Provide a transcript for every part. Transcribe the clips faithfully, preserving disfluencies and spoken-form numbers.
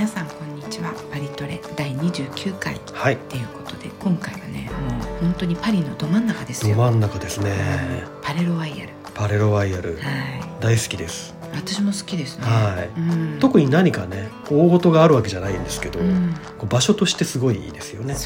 皆さんこんにちは。パリトレだいにじゅうきゅうかいと、 はい、 いうことで、今回はねもう本当にパリのど真ん中ですよ。 ど真ん中ですね、 うん、パレロワイヤルパレロワイヤル、 はい、大好きです。 私も好きですね、 はいうん、 特に何かね大事があるわけじゃないんですけど、 うん、 こう場所としてすごいいいですよね。 そう、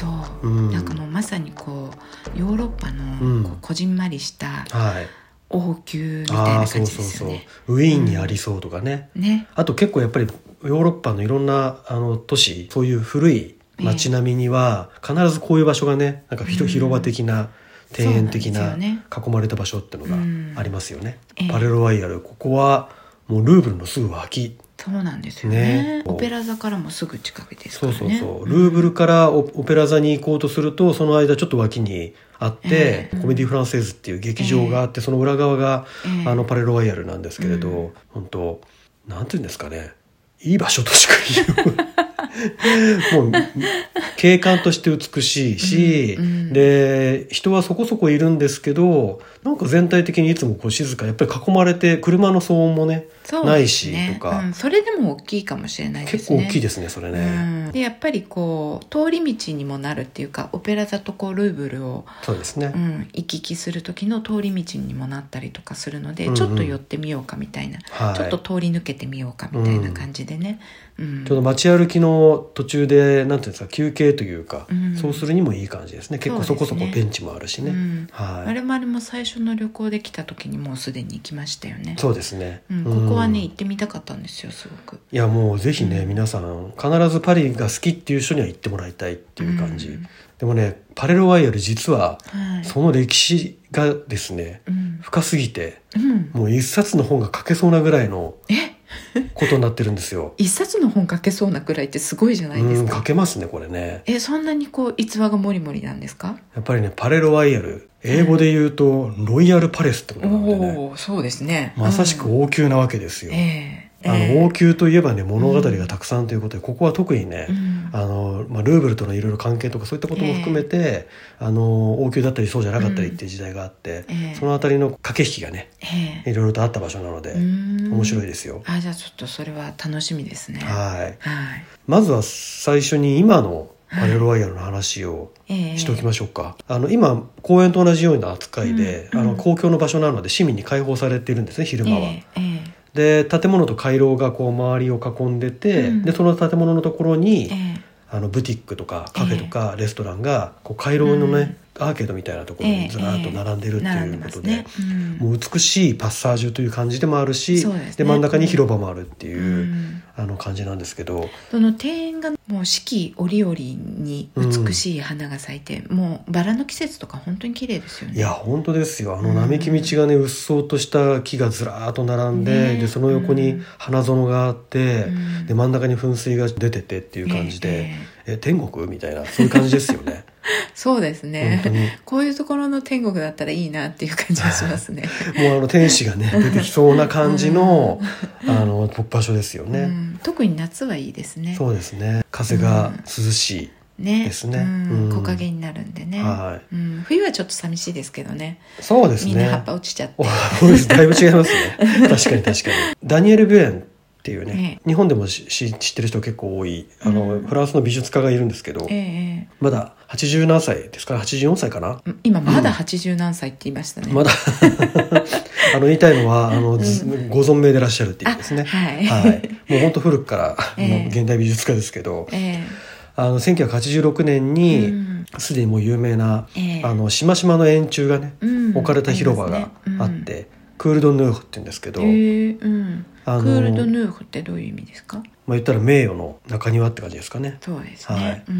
うん、 なんかもうまさにこうヨーロッパのこうこじんまりした、はい、王宮みたいな感じですよね。 そうそうそう、ウィーンにありそうとかね、うん、 ね、 あと結構やっぱりヨーロッパのいろんなあの都市、そういう古い街並みには必ずこういう場所がね、なんか広場的な、うん、庭園的な囲まれた場所っていうのがありますよね、うん、パレロワイヤル、ここはもうルーブルのすぐ脇。 そうなんですよ ね, ねオペラ座からもすぐ近くですからね。 そうそうそう、ルーブルからオペラ座に行こうとすると、その間ちょっと脇にあって、えー、コメディフランセーズっていう劇場があって、えー、その裏側が、えー、あのパレロワイヤルなんですけれど、うん、本当なんていうんですかね、いい場所としか言うもう景観として美しいし、うんうん、で人はそこそこいるんですけど、なんか全体的にいつもこう静か、やっぱり囲まれて車の騒音もねないしとか、 うん、それでも大きいかもしれないですね。 結構大きいですねそれね、 うん、でやっぱりこう通り道にもなるっていうか、オペラ座とこうルーブルをそうですね、 うん、行き来する時の通り道にもなったりとかするので、うんうん、ちょっと寄ってみようかみたいな、はい、ちょっと通り抜けてみようかみたいな感じでね、うん、 ちょっと街歩きの途中でなんていうんですか、休憩というか、うん、そうするにもいい感じですね。結構そこそこベンチもあるしね、うん、はい、我 々も最初の旅行で来た時にもうすでに行きましたよね。 そうですね、 うん、ここはね、うん、行ってみたかったんですよ、すごく。 いやもうぜひね、うん、皆さん必ずパリが好きっていう人には行ってもらいたいっていう感じ、うん、でもねパレロワイヤル実はその歴史がですね、はい、深すぎて、うん、もう一冊の本が書けそうなぐらいのことになってるんですよ。 一冊の本書けそうなくらいってすごいじゃないですか。 うん、書けますねこれね。 え、そんなにこう逸話がもりもりなんですか？ やっぱりねパレロワイヤル、英語で言うとロイヤルパレスってことなんでね、 おー、そうですね、 まさしく王宮なわけですよ、うん、えーあの王宮といえばね物語がたくさんということで、うん、ここは特にね、うん、あのまあ、ルーブルとのいろいろ関係とかそういったことも含めて、えー、あの王宮だったりそうじゃなかったりっていう時代があって、うん、えー、そのあたりの駆け引きがね、えー、いろいろとあった場所なので面白いですよ。 あ、じゃあちょっとそれは楽しみですね。 はい、はい、まずは最初に今のパレロワイヤルの話をしておきましょうか、はい、あの今公園と同じような扱いで、うん、あの公共の場所なので市民に開放されているんですね、昼間は、えーえーで建物と回廊がこう周りを囲んでて、うん、でその建物のところに、えー、あのブティックとかカフェとかレストランがこう回廊のね、うん、アーケードみたいなところにずらっと並んでるっていうことで、えーえーね、うん、もう美しいパッサージュという感じでもあるし、で、ね、で真ん中に広場もあるっていう、うん、あの感じなんですけど、 その庭園がもう四季折々に美しい花が咲いて、うん、もうバラの季節とか本当に綺麗ですよね。 いや本当ですよ。あの並木道がね、うっそうとした木がずらーっと並んで、ね、でその横に花園があって、うん、で真ん中に噴水が出ててっていう感じで、えー、え天国みたいな、そういう感じですよね。 そうですね、こういうところの天国だったらいいなっていう感じがしますね。 もうあの天使がね出てきそうな感じの、うん、あの場所ですよね、うん、 特に夏はいいですね。 そうですね、風が涼しいですね、 うんうん、木陰になるんでね、はい、うん、冬はちょっと寂しいですけどね。 そうですね、 みんな葉っぱ落ちちゃってだいぶ違いますね。確かに確かに。ダニエル・ビュエンっていうね、ええ、日本でもし知ってる人結構多いあの、うん、フランスの美術家がいるんですけど、ええ、まだはちじゅうなんさいですから、はちじゅうよんさいかな。 今まだはちじゅうなんさいって言いましたね、 うん、まだあの言いたいのはあの、うん、ご存命でいらっしゃるっていうですね、はい、はい、もう本当古くから、ええ、現代美術家ですけど、ええ、あのせんきゅうひゃくはちじゅうろくねんにすで、うん、にもう有名な、ええ、あのしましまの円柱がね、うん、置かれた広場があって、ね、うん、クール・ド・ヌーフって言うんですけど、えーうん、あのクール・ド・ヌーフってどういう意味ですか？まあ、言ったら名誉の中庭って感じですかね。 そうですね、はい、うん、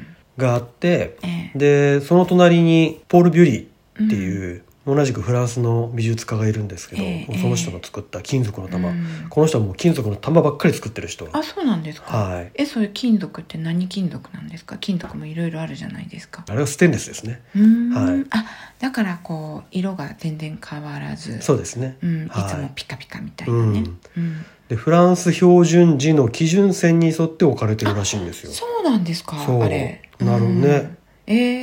があって、えー、でその隣にポール・ビュリーっていう、うん、同じくフランスの美術家がいるんですけど、えー、その人の作った金属の玉、えー、この人はもう金属の玉ばっかり作ってる人。 あ、そうなんですか、 はい、 え、そういう金属って何金属なんですか？金属もいろいろあるじゃないですか。 あれはステンレスですね。 うーん、 はい、 あ、だからこう色が全然変わらず、 そうですね、 うん、いつもピカピカみたいなね、はい、うんうん、 でフランス標準時の基準線に沿って置かれてるらしいんですよ。 そうなんですか。あれなるね、 えー、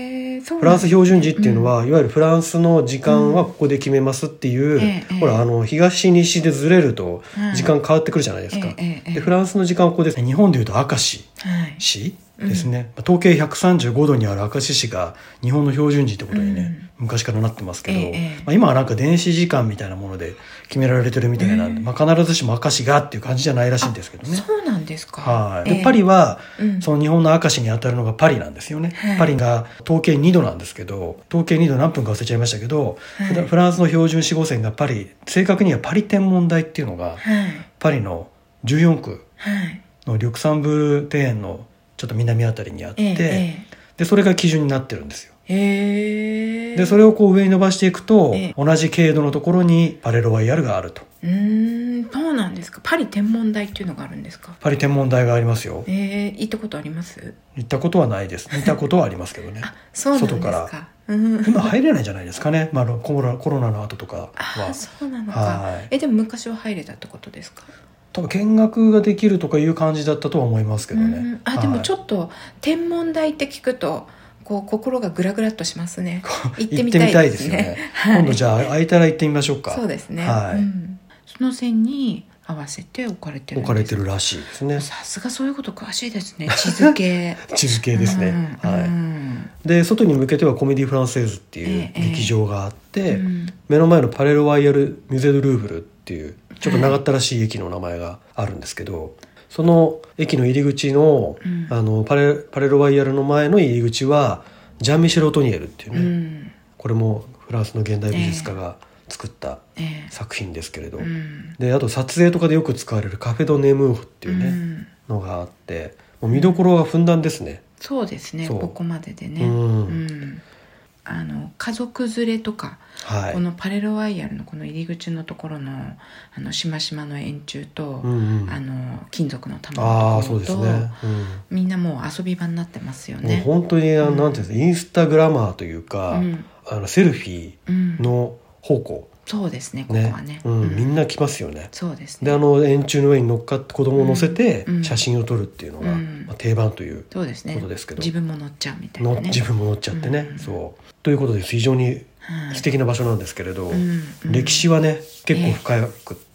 フランス標準時っていうのは、うん、いわゆるフランスの時間はここで決めますっていう、うんええ、ほらあの東西でずれると時間変わってくるじゃないですか、ええ、でフランスの時間はここですね。日本でいうと明石市ですね、うん、統計ひゃくさんじゅうごどにある明石市が日本の標準時ってことにね、うん、昔からなってますけど、えまあ、今はなんか電子時間みたいなもので決められてるみたいなんで、えまあ、必ずしも明石がっていう感じじゃないらしいんですけどね。 そうなんですか。 はいで、え、パリは、うん、その日本の明石に当たるのがパリなんですよね、はい、パリが統計にどなんですけど、統計にど何分か忘れちゃいましたけど、はい、フランスの標準四号線がパリ、正確にはパリ天文台っていうのが、はい、パリのじゅうよんくのリュクサンブール庭園のちょっと南あたりにあって、ええ、でそれが基準になってるんですよ。 へでそれをこう上に伸ばしていくと、え同じ経度のところにパレロワイヤルがあると。 うーんそうなんですか。パリ天文台っていうのがあるんですか。 パリ天文台がありますよ。 えー、行ったことあります？ 行ったことはないです。見たことはありますけどねあそうなんですか。 外から、うん、今入れないんじゃないですかね、まあ、コロナ、コロナの後とかは。 あそうなのか、はい、えでも昔は入れたってことですか。 多分見学ができるとかいう感じだったとは思いますけどね、 うん、あでもちょっと天文台って聞くとこう心がグラグラっとしますね。行ってみたいですね。行ってみたいですよね、はい、 今度じゃあ空いたら行ってみましょうか。 そうですね、 はいうん、 その線に合わせて置かれてるんです。 置かれてるらしいですね。 さすがそういうこと詳しいですね。地図系地図系ですね、うんはいうん、で外に向けてはコメディ・フランセーズっていう劇場があって、ええうん、目の前のパレロワイヤル・ミュゼ・ドゥ・ルーブルっていうちょっと長ったらしい駅の名前があるんですけど、はい、その駅の入り口 の,、うん、あのパレ、パレロワイヤルの前の入り口はジャン・ミシェル・オトニエルっていうね、うん、これもフランスの現代美術家が作った作品ですけれど、えーうん、であと撮影とかでよく使われるカフェ・ド・ネムーフっていうね、うん、のがあってもう見どころがふんだんですね。 そうですねここまででね、うんうんあの家族連れとか、はい、このパレロワイヤルのこの入り口のところのあのしましまの円柱と、うんうん、あの金属の玉のところと、ねうん、みんなもう遊び場になってますよね。 もう本当に、うん、なんていうんですかインスタグラマーというか、うん、あのセルフィーの宝庫、うんそうですねここはね、 ねうんうん、みんな来ますよね。 そうですね。 であの円柱の上に乗っかって子供を乗せて写真を撮るっていうのが、うんまあ、定番ということですけど、 そうですね、自分も乗っちゃうみたいなね。 自分も乗っちゃってね、うん、そうということで非常に素敵な場所なんですけれど、うんうん、歴史はね結構深くって、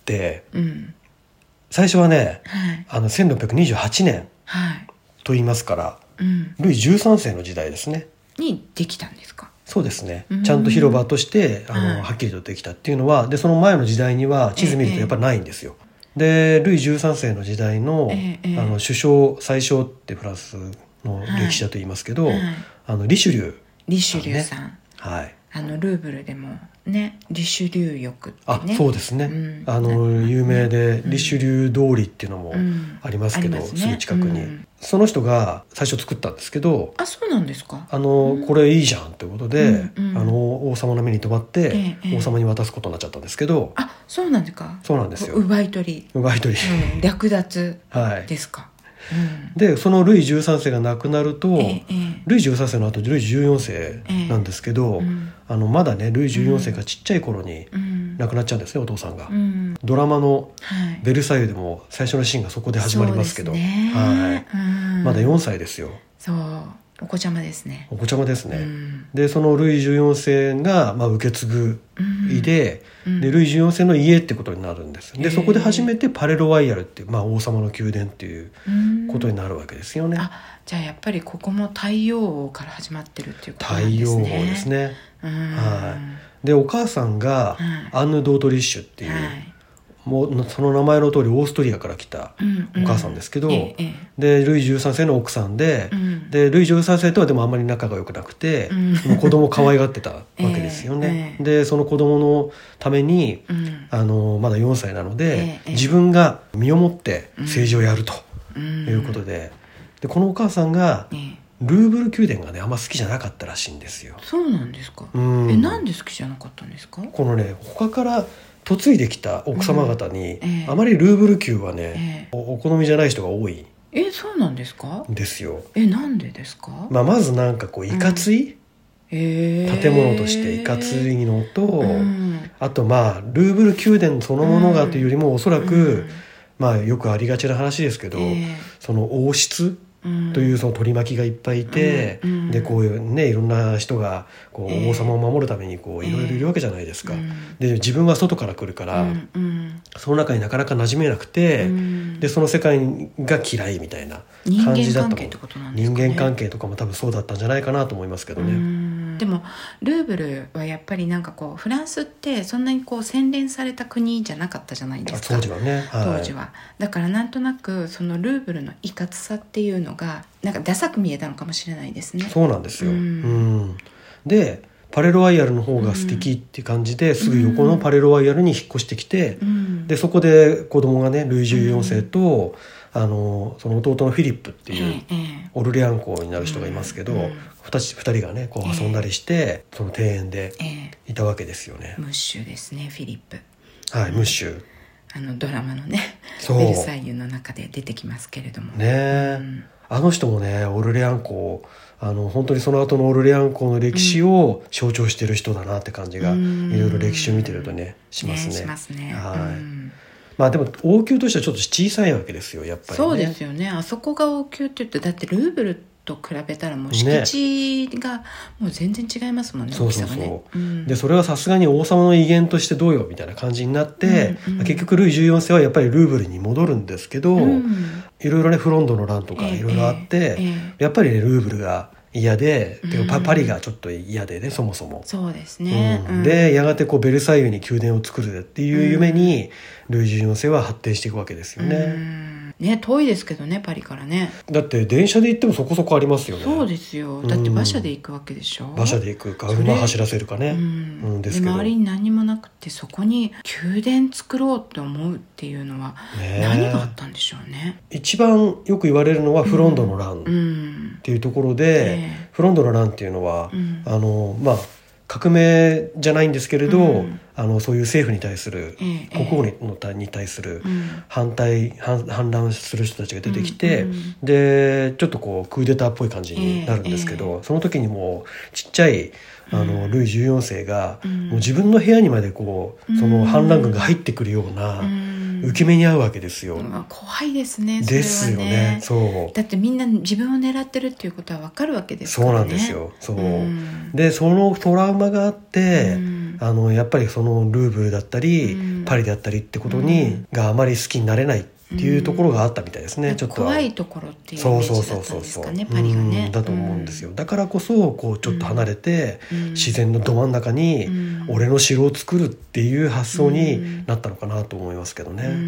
えーうん、最初はね、はい、あのせんろっぴゃくにじゅうはちねんと言いますから、はい、ルイじゅうさんせいの時代ですねにできたんですか。 そうですね、うん、ちゃんと広場としてあの、はい、はっきりとできたっていうのはでその前の時代には地図見るとやっぱりないんですよ、ええ、でルイじゅうさんせいの時代 の,、ええ、あの首相宰相ってフランスの歴史だと言いますけど、はい、あのリシュリュー、ね、 リシュリューさん、 はい、 あのルーブルでもねリシュリュー浴ってねあそうですね、うん、あの有名でリシュリュー通りっていうのもありますけど、うんす, ね、すぐ近くに、うん、その人が最初作ったんですけどあそうなんですか。 あの、うん、これいいじゃんってことで、うんうん、あの王様の目に留まって、ええ、王様に渡すことになっちゃったんですけど、 あそうなんですか。 そうなんですよ。 奪い取り奪い取り、 うん、略奪ですか、はいうん、でそのルイじゅうさんせいが亡くなると、ええ、ルイじゅうさんせいの後ルイじゅうよんせいなんですけど、ええうん、あのまだねルイじゅうよんせいがちっちゃい頃に亡くなっちゃうんですね、うん、お父さんが、うん、ドラマの「ベルサイユ」でも最初のシーンがそこで始まりますけど、ねはいうん、まだよんさいですよ。 そうお子ちゃまですね。 お子ちゃまですね、うん、でそのルイじゅうよんせいが、まあ、受け継ぐ位で、うん、でルイじゅうよんせいの家ってことになるんです。でそこで初めてパレロワイヤルっていう、まあ、王様の宮殿っていうことになるわけですよね。 あじゃあやっぱりここも太陽王から始まってるっていうことなんですね。 太陽王ですね、はい、でお母さんがアンヌ・ドートリッシュっていう、はいもうその名前の通りオーストリアから来たお母さんですけど、うんうんええ、でルイじゅうさんせいの奥さん で,、うん、でルイじゅうさんせいとはでもあんまり仲が良くなくて、うん、もう子供を可愛がってたわけですよね、ええ、でその子供のために、うん、あのまだよんさいなので、え、自分が身をもって政治をやるということで、でこのお母さんが、ルーブル宮殿がねあんま好きじゃなかったらしいんですよ。 そうなんですか、うん、えなんで好きじゃなかったんですか。 このね他から嫁いできた奥様方に、うんええ、あまりルーブル宮はね、ええ、お, お好みじゃない人が多い。 えそうなんですか。 ですよ。 えなんでですか。 まあ、まずなんかこういかつい、うんえー、建物としていかついのと、うん、あとまあルーブル宮殿そのものがというよりも、うん、おそらく、うん、まあよくありがちな話ですけど、えー、その王室というその取り巻きがいっぱいいて、うんうん、でこういうねいろんな人がこう王様を守るためにこういろいろいるわけじゃないですか、えー、で自分は外から来るから、うんうん、その中になかなか馴染めなくて、うん、でその世界が嫌いみたいな感じだったもん。 人間関係ってことなんですかね。 人間関係とかも多分そうだったんじゃないかなと思いますけどね。 うんでもルーブルはやっぱりなんかこうフランスってそんなにこう洗練された国じゃなかったじゃないですか、 当時はね、はい、 当時はだからなんとなくそのルーブルのいかつさっていうのがなんかダサく見えたのかもしれないですね。 そうなんですよ、うんうん、でパレロワイヤルの方が素敵って感じで、うん、すぐ横のパレロワイヤルに引っ越してきて、うん、でそこで子供がねルイじゅうよんせいと、うん、あのその弟のフィリップっていうオルレアン公になる人がいますけど、うん、ふたりがねこう遊んだりして、その庭園でいたわけですよね、 ムッシュですね、フィリップ。 はい、ムッシュ、 あのドラマのねベルサイユの中で出てきますけれどもね、うん、あの人もねオルレアン公、あの本当にその後のオルレアン公の歴史を象徴してる人だなって感じが、うん、いろいろ歴史を見てるとねしますね。 ねしますね、 はい、 うん、 まあでも王宮としてはちょっと小さいわけですよやっぱりね。 そうですよね、あそこが王宮って言ってだってルーブルと比べたらもう敷地がもう全然違いますもんね、 そうそうそう、ね、うん、でそれはさすがに王様の威厳としてどうよみたいな感じになって、うんうん、結局ルイじゅうよんせいはやっぱりルーブルに戻るんですけど、うん、いろいろねフロンドの乱とかいろいろあって、えーえー、やっぱり、ね、ルーブルが嫌で、うん、パ, パリがちょっと嫌でねそもそもそうですね、 うん、でやがてこうベルサイユに宮殿を作るっていう夢に、うん、ルイじゅうよんせいは発展していくわけですよね、うんね、遠いですけどねパリからね。 だって電車で行ってもそこそこありますよね。 そうですよ、だって馬車で行くわけでしょ、うん、 馬車で行くか馬走らせるかね、うんうん、ですけどで周りに何もなくてそこに宮殿作ろうって思うっていうのは何があったんでしょうね。 一番よく言われるのはフロンドの乱っていうところで、うんうんえー、フロンドの乱っていうのは、うん、あのまあ革命じゃないんですけれど、うん、あのそういう政府に対する、ええ、国王にに対する反対、うん、反乱する人たちが出てきて、うんうん、でちょっとこうクーデターっぽい感じになるんですけど、ええ、その時にもうちっちゃいあの、うん、ルイじゅうよんせいが、うん、もう自分の部屋にまでこうその反乱軍が入ってくるような、うん受け身に遭うわけですよ、 うん、怖いですねそれはね。 ですよね。そうだってみんな自分を狙ってるっていうことは分かるわけですからね。 そうなんですよ。そう、うん、でそのトラウマがあって、うん、あのやっぱりそのルーブルだったり、うん、パリだったりってことに、うん、があまり好きになれないっていうところがあったみたいですね、うん、ちょっと怖いところっていうイメージだったんですかね、パリがね、 うん、だと思うんですよ。だからこそこうちょっと離れて、うん、自然のど真ん中に俺の城を作るっていう発想になったのかなと思いますけどね、うん、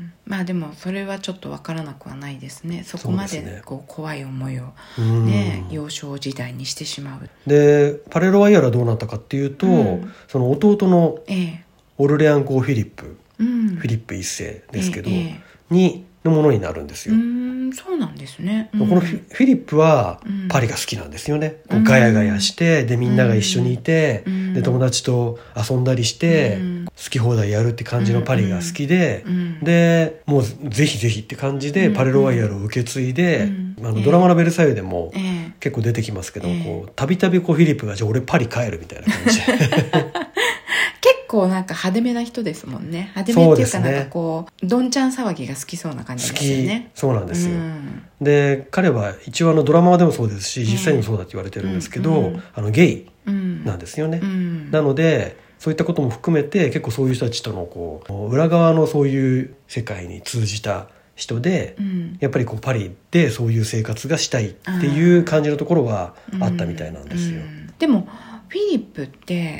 まあでもそれはちょっと分からなくはないですね。そこまでこう怖い思いを、ね、幼少時代にしてしまう。 でパレロワイヤルはどうなったかっていうと、うん、その弟のオルレアン公フィリップ、うん、フィリップ一世ですけど、ええ、にのものになるんですよ。 うーんそうなんですね、うん、 このフィ、フィリップはパリが好きなんですよね、うん、こうガヤガヤしてでみんなが一緒にいて、うん、で友達と遊んだりして、うん、好き放題やるって感じのパリが好きで、うん、でもうぜひぜひって感じでパレロワイヤルを受け継いで、うん、あのドラマのベルサイユでも結構出てきますけど、たびたびフィリップがじゃあ俺パリ帰るみたいな感じで結構なんか派手めな人ですもんね。派手めっていうかなんかこうどんちゃん騒ぎが好きそうな感じですよね。 好きそうなんですよ、うん、で彼は一応あのドラマでもそうですし実際にもそうだって言われてるんですけど、うん、あのゲイなんですよね、うん、なのでそういったことも含めて結構そういう人たちとのこう裏側のそういう世界に通じた人で、うん、やっぱりこうパリでそういう生活がしたいっていう感じのところはあったみたいなんですよ、うんうん、 でもフィリップって、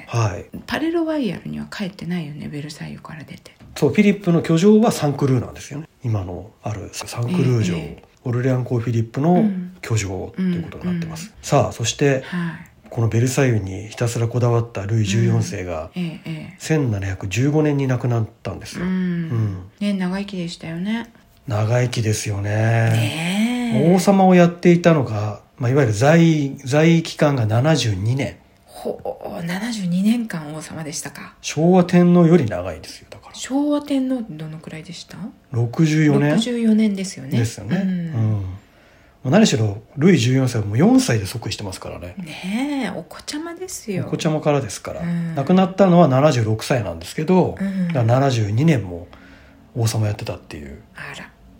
はい、 パレロワイヤルには帰ってないよね、ベルサイユから出て。 そうフィリップの居城はサンクルーなんですよね。今のあるサンクルー城、えーえー、オルレアン公フィリップの居城ということになってます、うんうん、さあそして、はい、このベルサイユにひたすらこだわったルイじゅうよんせいが、うんええ、せんななひゃくじゅうごねんに亡くなったんですよ、うんうんね、長生きでしたよね。 長生きですよ ね, ね王様をやっていたのが、まあ、いわゆる 在, 在位期間がななじゅうにねん。 ほうななじゅうにねんかん王様でしたか。 昭和天皇より長いですよ。だから昭和天皇どのくらいでした？ ろくじゅうよねんろくじゅうよねんですよね。 ですよね、うんうん、何しろルイじゅうよんせいはもうよんさいで即位してますからね。 ねえお子ちゃまですよ。 お子ちゃまからですから、うん、亡くなったのはななじゅうろくさいなんですけど、うん、だからななじゅうにねんも王様やってたっていう。 あら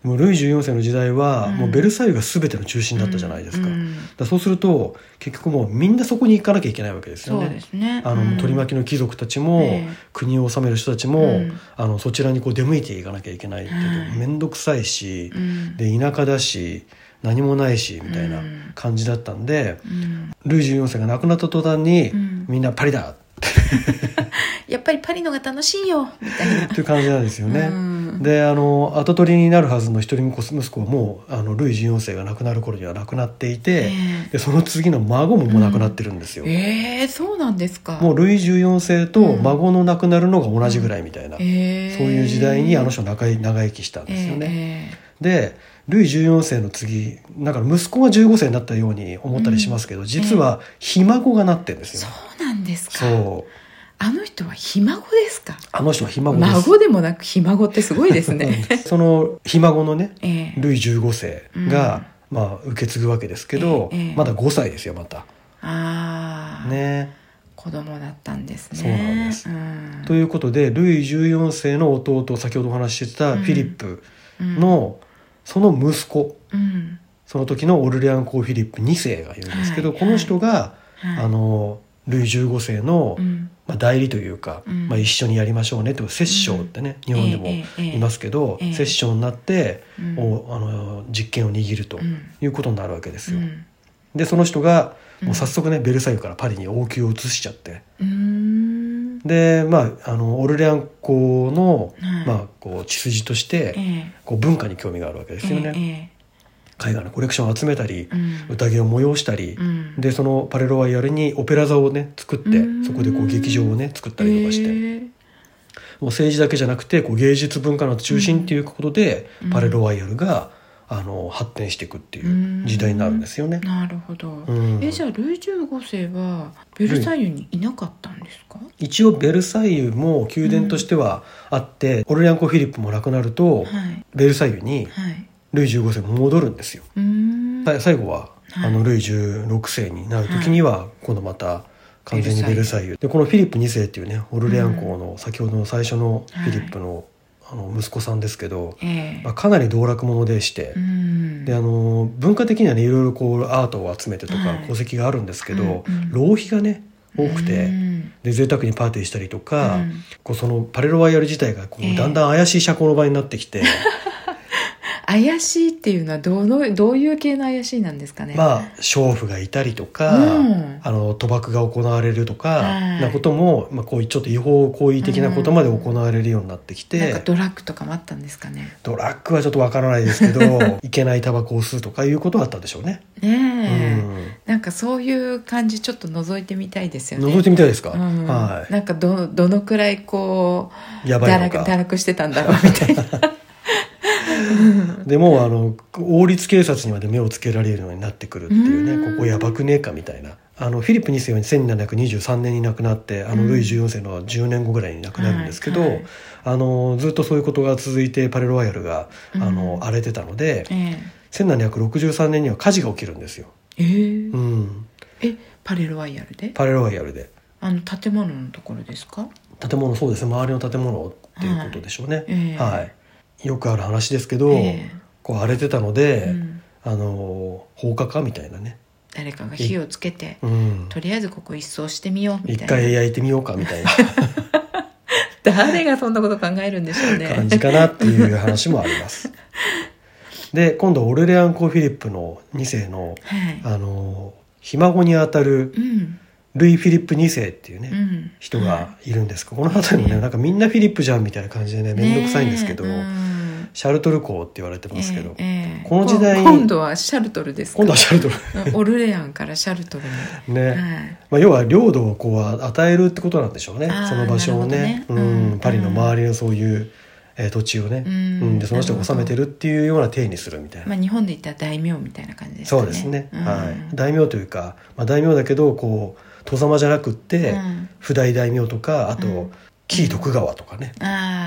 もうルイじゅうよんせいの時代はもうベルサイユが全ての中心だったじゃないですか、うんうん、だそうすると結局もうみんなそこに行かなきゃいけないわけですよね。 そうですね、 あの、うん、取り巻きの貴族たちも、えー、国を治める人たちも、うん、あのそちらにこう出向いていかなきゃいけないっていう面倒くさいし、うん、で田舎だし何もないしみたいな感じだったんで、うん、ルイじゅうよんせいが亡くなった途端に、うん、みんなパリだってやっぱりパリのが楽しいよみたいなっていう感じなんですよね、うん、であの跡取りになるはずの一人息子はもうあのルイじゅうよんせいが亡くなる頃には亡くなっていて、えー、でその次の孫ももう亡くなってるんですよ、 うん、えー、そうなんですか。 もうルイじゅうよんせいと孫の亡くなるのが同じぐらいみたいな、うんえー、そういう時代にあの人は長生きしたんですよね、えー、でルイじゅうよんせいの次だから息子がじゅうごせいになったように思ったりしますけど、うん、実はひ孫がなってるんですよ、 そうなんですか。 そうあの人はひ孫ですか。 あの人はひ孫です。 孫でもなくひ孫ってすごいですねそのひ孫のね、えー、ルイじゅうごせいが、うん、まあ、受け継ぐわけですけど、えーえー、まだごさいですよまた。 あね、子供だったんですね。 そうなんです、うん、ということでルイじゅうよんせいの弟、先ほどお話ししてたフィリップの、うん、その息子、うん、その時のオルレアン公フィリップにせいがいるんですけど、はい、この人が、はい、あのルイじゅうごせいの、うんまあ、代理というか、うんまあ、一緒にやりましょうねって摂政ってね、うん、日本でもいますけど、えーえー、摂政になって、うん、おあの実権を握るということになるわけですよ、うん、でその人がもう早速ね、ベルサイユからパリに王宮を移しちゃって、うん、で、まあ、あのオルレアン公の、うんまあ、こう血筋として、えー、こう文化に興味があるわけですよね、えーえー絵画のコレクションを集めたり、うん、宴を催したり、うん、でそのパレロワイヤルにオペラ座をね作って、うん、そこでこう劇場をね作ったりとかして、えー、もう政治だけじゃなくてこう芸術文化の中心っていうことで、うん、パレロワイヤルがあの発展していくっていう時代になるんですよね、 うん、なるほど、うん、えじゃあルイじゅうごせいはベルサイユにいなかったんですか。 一応ベルサイユも宮殿としてはあって、うん、オルレアン公フィリップも亡くなると、はい、ベルサイユに、はいルイじゅうごせいも戻るんですよ。うーん最後は、はい、あのルイじゅうろくせいになる時には、はい、今度また完全にベルサイユでこのフィリップにせいっていうねオルレアン公の先ほどの最初のフィリップの、はい、あの息子さんですけど、えーまあ、かなり道楽者でしてであの文化的にはねいろいろこうアートを集めてとか功績があるんですけど、はい、浪費がね多くてで贅沢にパーティーしたりとか、うん、こうそのパレロワイヤル自体がこうだんだん怪しい社交の場になってきて、えー怪しいっていうのはどのどういう系の怪しいなんですかね。 まあ娼婦がいたりとか、うん、あの賭博が行われるとか、はい、なことも、まあ、こういうちょっと違法行為的なことまで行われるようになってきて、 うん、なんかドラッグとかもあったんですかね。 ドラッグはちょっとわからないですけどいけないタバコを吸うとかいうことはあったでしょうね。 ねえ、うん、なんかそういう感じちょっと覗いてみたいですよね。 覗いてみたいですか、 うんはい、 なんか ど, どのくらいこうやばいのか堕落してたんだろうみたいなでもあの王立警察にまで目をつけられるようになってくるっていうねここやばくねえかみたいなあのフィリップにせいはせんななひゃくにじゅうさんねんに亡くなってあのルイじゅうよんせいのじゅうねんごぐらいに亡くなるんですけど、はいはい、あのずっとそういうことが続いてパレロワイヤルがあの荒れてたので、えー、せんななひゃくろくじゅうさんねんには火事が起きるんですよ。 えーうん、えパレロワイヤルでパレロワイヤルであの建物のところですか。 建物そうですね周りの建物っていうことでしょうね、はいえーはいよくある話ですけど、えー、こう荒れてたので、うん、あの放火かみたいなね誰かが火をつけて、うん、とりあえずここ一掃してみようみたいな一回焼いてみようかみたいな誰がそんなこと考えるんでしょうね感じかなっていう話もありますで今度オルレアン公フィリップのにせいの、はい、あのひ孫にあたる、うんルイ・フィリップにせいっていうね、うん、人がいるんですが、この辺りもねなんかみんなフィリップじゃんみたいな感じでね面倒くさいんですけど、ねうん、シャルトル公って言われてますけど、えーえー、この時代に今度はシャルトルですか。 今度はシャルトルオルレアンからシャルトルにね、はいまあ、要は領土をこう与えるってことなんでしょうね。その場所を ね, ね、うんうん、パリの周りのそういう、えー、土地をね、うん、でその人が治めてるっていうような体にするみたいな、 まあ、日本で言ったら大名みたいな感じですかね。 そうですね、うんはい、大名というか、まあ、大名だけどこう外様じゃなくって、うん、譜代大名とかあと、うん、紀伊徳川とかね、うん、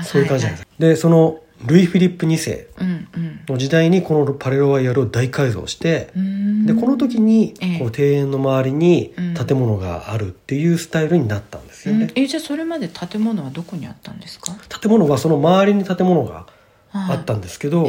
そういう感じなんです、はいはい、でそのルイ・フィリップにせいの時代にこのパレロワイヤルを大改造して、うん、でこの時にこう庭園の周りに建物があるっていうスタイルになったんですよね、 うん、えじゃあそれまで建物はどこにあったんですか。 建物はその周りに建物があったんですけど、ええ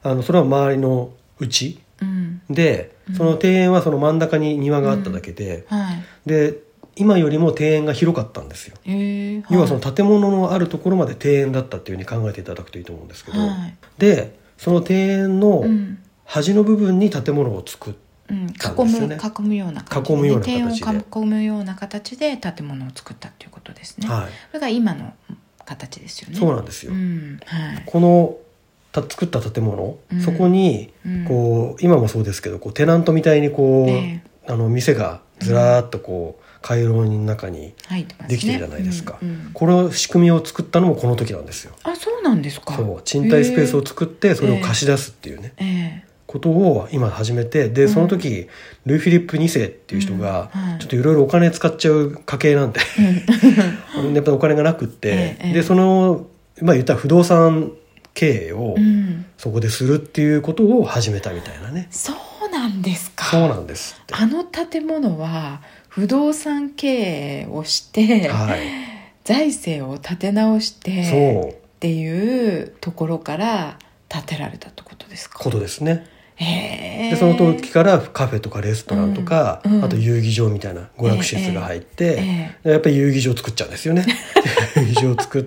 あのそれは周りの家、うん、でその庭園はその真ん中に庭があっただけで、うんはい、で今よりも庭園が広かったんですよ、えーはい、要はその建物のあるところまで庭園だったっていう風に考えていただくといいと思うんですけど、はい、でその庭園の端の部分に建物を作ったんですよね、 うん、囲む、囲むような感じで、ね、庭園を囲むような形で建物を作ったっていうことですね、はい、それが今の形ですよね。 そうなんですよ、 うんはい、 このた作った建物、うん、そこにこう今もそうですけどこうテナントみたいにこう、えー、あの店がずらーっとこう、うん回廊の中にできてるじゃないですか、ねうんうん、この仕組みを作ったのもこの時なんですよ。 あ、そうなんですか。 そう賃貸スペースを作ってそれを貸し出すっていうね、えーえー、ことを今始めてでその時、うん、ルイ・フィリップにせいっていう人が、うんはい、ちょっといろいろお金使っちゃう家系なんで、うん、やっぱりお金がなくって、えー、でそのまあ言ったら不動産経営をそこでするっていうことを始めたみたいなね、 うん、そうなんですか。 そうなんですって。 あの建物は不動産経営をして、はい、財政を立て直してっていうところから建てられたってことですか。 ことですね。でその時からカフェとかレストランとか、うんうん、あと遊技場みたいな娯楽施設が入って、えーえー、やっぱり遊技場作っちゃうんですよね遊技場作って、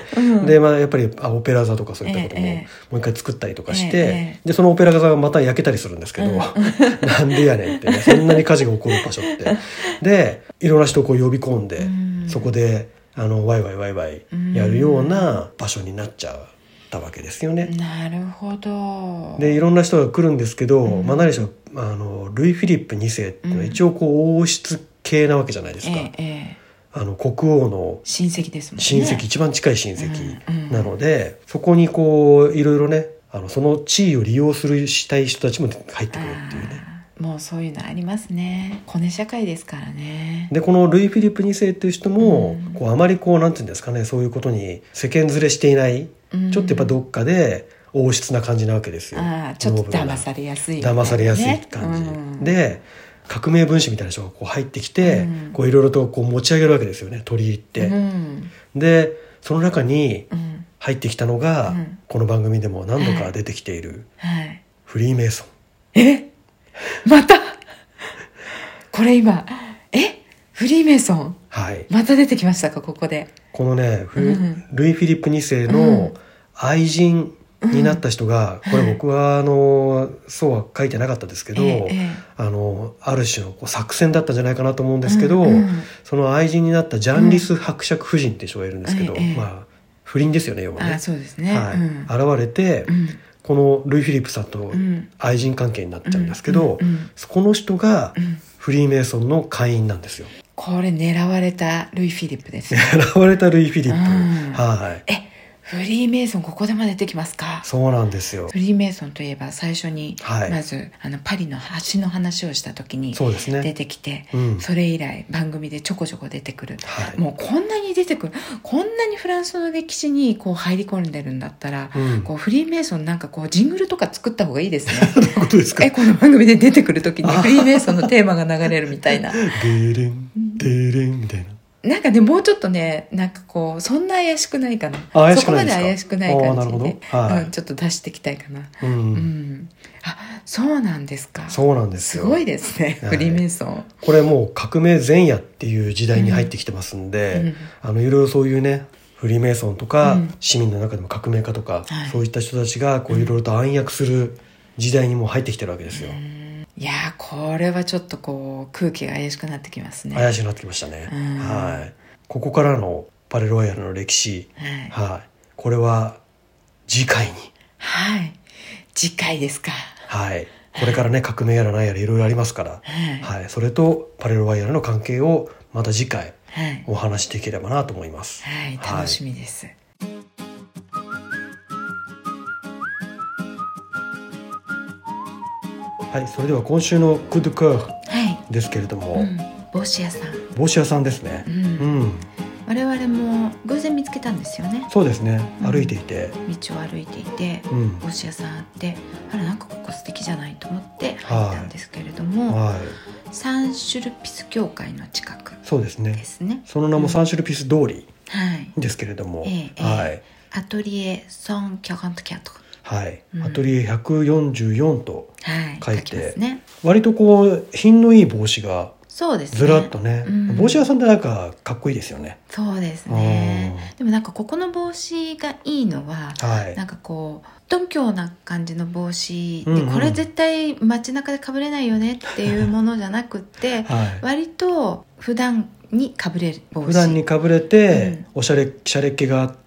うん、で、まあ、やっぱりあオペラ座とかそういったことももう一回作ったりとかして、えー、でそのオペラ座がまた焼けたりするんですけど、うん、なんでやねんってねそんなに火事が起こる場所ってでいろんな人をこう呼び込んで、うん、そこであのワイワイワイワイやるような場所になっちゃうたわけですよね。 なるほど。 でいろんな人が来るんですけど、うんまあ、何しろあのルイ・フィリップにせいっていうのは一応こう王室系なわけじゃないですか、ええ、あの国王の親戚ですもんね。 親戚一番近い親戚なので、うんうん、そこにこういろいろねあのその地位を利用するしたい人たちも入ってくるっていうね。 もうそういうのありますね。コネ社会ですからね。 でこのルイ・フィリップにせいっていう人も、うん、こうあまりこうなんていうんですかねそういうことに世間連れしていない、うん、ちょっとやっぱどっかで王室な感じなわけですよ。 あちょっと騙されやすい、ね、 騙されやすい感じ、うん、で革命分子みたいな人がこう入ってきて、うん、こういろいろとこう持ち上げるわけですよね取り入って、うん、でその中に入ってきたのが、うん、この番組でも何度か出てきている、はい、フリーメイソン。 えまたこれ今えフリーメイソン、はい、また出てきましたかここで。 このね、うん、ルイ・フィリップにせいの愛人になった人が、うん、これ僕はあのそうは書いてなかったですけど、ええ、あのある種のこう作戦だったんじゃないかなと思うんですけど、うんうん、その愛人になったジャンリス伯爵夫人っていう人がいるんですけど、うん、まあ不倫ですよね要はね。 あそうですね、 はいうん、 現れて、うんこのルイ・フィリップさんと愛人関係になっちゃうんですけど、うんうんうん、この人がフリーメイソンの会員なんですよ。 これ狙われたルイ・フィリップですね。 狙われたルイ・フィリップ、うん、はい。 えフリーメイソンここでも出てきますか。 そうなんですよ。 フリーメイソンといえば最初にまず、はい、あのパリの橋の話をした時に出てきて そ,、ねうん、それ以来番組でちょこちょこ出てくる、はい、もうこんなに出てくるこんなにフランスの歴史にこう入り込んでるんだったら、うん、こうフリーメイソンなんかこうジングルとか作った方がいいですね。 どういうことですか。 えこの番組で出てくる時にフリーメイソンのテーマが流れるみたいなデレンデレンみたいななんかねもうちょっとねなんかこうそんな怪しくないかな。 怪しくないですか。そこまで怪しくない感じで、 はいうん、ちょっと出していきたいかな、うんうん、あそうなんですか。 そうなんですよ。 すごいですね、はい、フリーメイソン。 これもう革命前夜っていう時代に入ってきてますんで、うんうん、あのいろいろそういうねフリーメイソンとか、うん、市民の中でも革命家とか、はい、そういった人たちがこういろいろと暗躍する時代にもう入ってきてるわけですよ、うんいやこれはちょっとこう空気が怪しくなってきますね。 怪しくなってきましたね、はい、ここからのパレロワイヤルの歴史、はいはい、これは次回にはい次回ですか。 はいこれからね革命やらないやらいろいろありますから、はいはい、それとパレロワイヤルの関係をまた次回お話しできればなと思います、 はい、はい、楽しみです、はいはい、それでは今週のクードゥカーですけれども、はいうん、 帽子屋さん帽子屋さんですね、うんうん、 我々も偶然見つけたんですよね。 そうですね、歩いていて、 うん、道を歩いていて、うん、帽子屋さんあってあれなんかここ素敵じゃないと思って入ったんですけれども、はいはい、サンシュルピス教会の近くですね。 そうですね、その名もサンシュルピス通りですけれども、 うんはいえーはい、 アトリエソンキャラントキャトはい、うん、アトリエひゃくよんじゅうよんと書いて、 はい、書きますね、 割とこう品のいい帽子がそうですね、 ずらっとね、うん、帽子屋さんってなんかかっこいいですよね。 そうですね、うん、でもなんかここの帽子がいいのは、はい、なんかこう鈍強な感じの帽子で、うんうん、これ絶対街中でかぶれないよねっていうものじゃなくって、はい、割と普段にかぶれる帽子、 普段にかぶれて、うん、おしゃれしゃれっ気があって、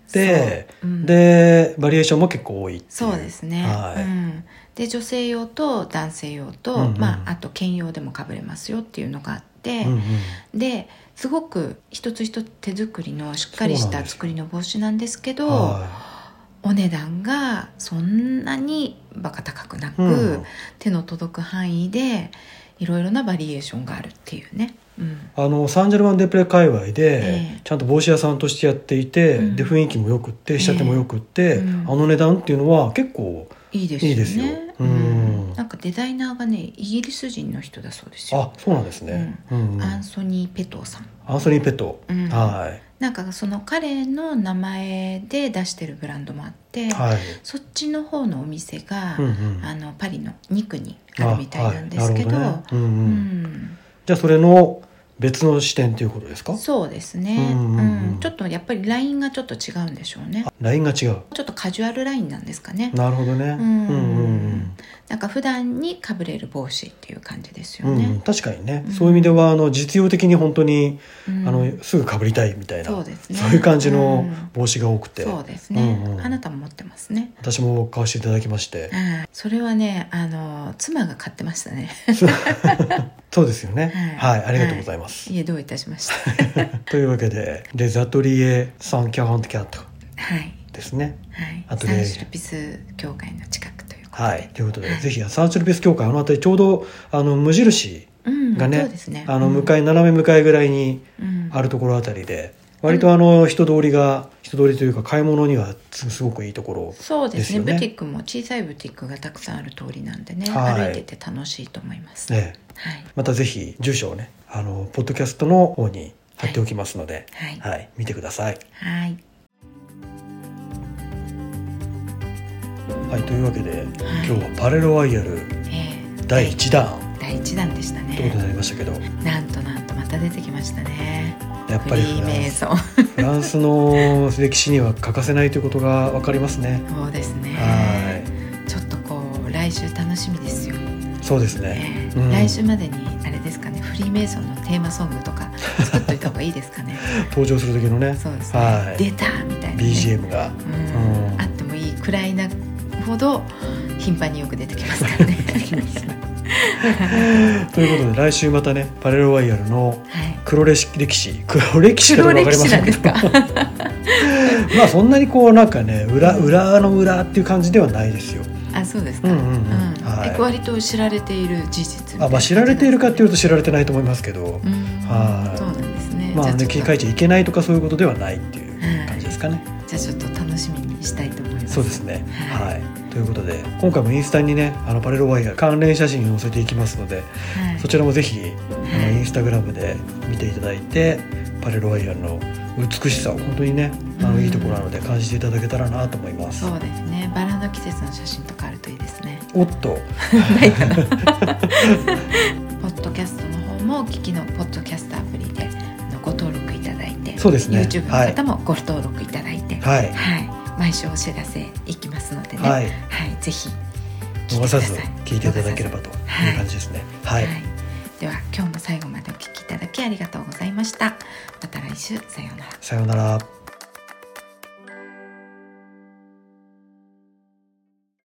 うん、でバリエーションも結構多いっていう。 そうですね、はい、うん、で女性用と男性用と、うんうん、まあ、あと兼用でもかぶれますよっていうのがあって、うんうん、ですごく一つ一つ手作りのしっかりした作りの帽子なんですけど、はい、お値段がそんなにバカ高くなく、うん、手の届く範囲でいろいろなバリエーションがあるっていうね、うん、あのサンジェルマン・デ・プレ界隈でちゃんと帽子屋さんとしてやっていて、えー、で雰囲気もよくって仕立てもよくって、えーうん、あの値段っていうのは結構いいですよね。 いいですよ、うん、 なんかデザイナーがねイギリス人の人だそうですよ。 あ、そうなんですね、 うんうん、アンソニー・ペトーさん。 アンソニー・ペトー、うん、はい。 なんかその彼の名前で出してるブランドもあって、はい、そっちの方のお店が、うんうん、あのパリのに区にあるみたいなんですけど、はい、なるほどね、うんうんうん、 じゃあそれの別の視点ということですか？ そうですね、うんうんうん、ちょっとやっぱりラインがちょっと違うんでしょうね。 ラインが違う、ちょっとカジュアルラインなんですかね。 なるほどね、うんうんうん、 なんか普段にかぶれる帽子っていう感じですよね、 うん、確かにね、うん、そういう意味ではあの実用的に本当に、うん、あのすぐかぶりたいみたいな、そうですね、そういう感じの帽子が多くて、 うん、そうですね、うんうん、あなたも持ってますね。 私も買わせていただきまして、 うん、それはねあの妻が買ってましたねそうですよね、はい、はい、ありがとうございます、 はい、いえどういたしましたというわけでレザトリエサンキャンキャットですね、 はい、アトリエサンシュルピス協会の近くということで、 はい、ということで、はい、ぜひサンシュルピス協会あの辺りちょうどあの無印がね、うん、そうですね、あの向かい、うん、斜め向かいぐらいにあるところあたりで、うん、割とあの人通りが人通りというか買い物にはすごくいいところですよね。 そうですね、ブティックも小さいブティックがたくさんある通りなんでね、はい、歩いてて楽しいと思います、ね、はい、またぜひ住所をねあのポッドキャストの方に貼っておきますので、はいはいはい、見てください。 はい、 はい、というわけで、はい、今日はパレロワイヤルだいいちだん、 えー、だいいちだんでしたね。 ということになりましたけど、 なんとなんとまた出てきましたね。 やっぱりフランス、フランスの歴史には欠かせないということが分かりますね。 そうですね、はい、ちょっとこう来週楽しみですよ。 そうですね、 えーうん、来週までにあれですかね、フリーメイソンのテーマソングとか作っといた方がいいですかね登場する時のね、 そうですね、はい、出たみたいな、ね、 ビージーエム が、 うんうん、あってもいいくらいなほど頻繁によく出てきますからねということで来週またねパレロワイヤルの黒歴史、黒歴史かどうか分かりませんけどまあそんなにこうなんかね 裏, 裏の裏っていう感じではないですよ。 あ、そうですか、うんうんうんうん、はい、割と知られている事実、 あ、まあ、知られているかっていうと知られてないと思いますけど、 うん、はい、そうなんですね。 まあね、切り替えちゃいけないとかそういうことではないっていう感じですかね、 うん、じゃあちょっと楽しみにしたいと思います。 そうですね、はい、はい、ということで今回もインスタにねあのパレロワイヤル関連写真を載せていきますので、はい、そちらもぜひ、はい、あのインスタグラムで見ていただいてパレロワイヤルの美しさを本当にねあのいいところなので感じていただけたらなと思います。 そうですね、バラの季節の写真とかあるといいですね。 おっとないかなポッドキャストの方も聞きのポッドキャストアプリでご登録いただいて、 そうですね、 YouTube の方もご登録いただいて、はい、はい、毎週お知らせいきますのでね、はい、はい、ぜひ逃さず聞いていただければという感じですね。はい、はい、 では今日も最後までお聞きいただきありがとうございました。また来週、さようなら。 さようなら。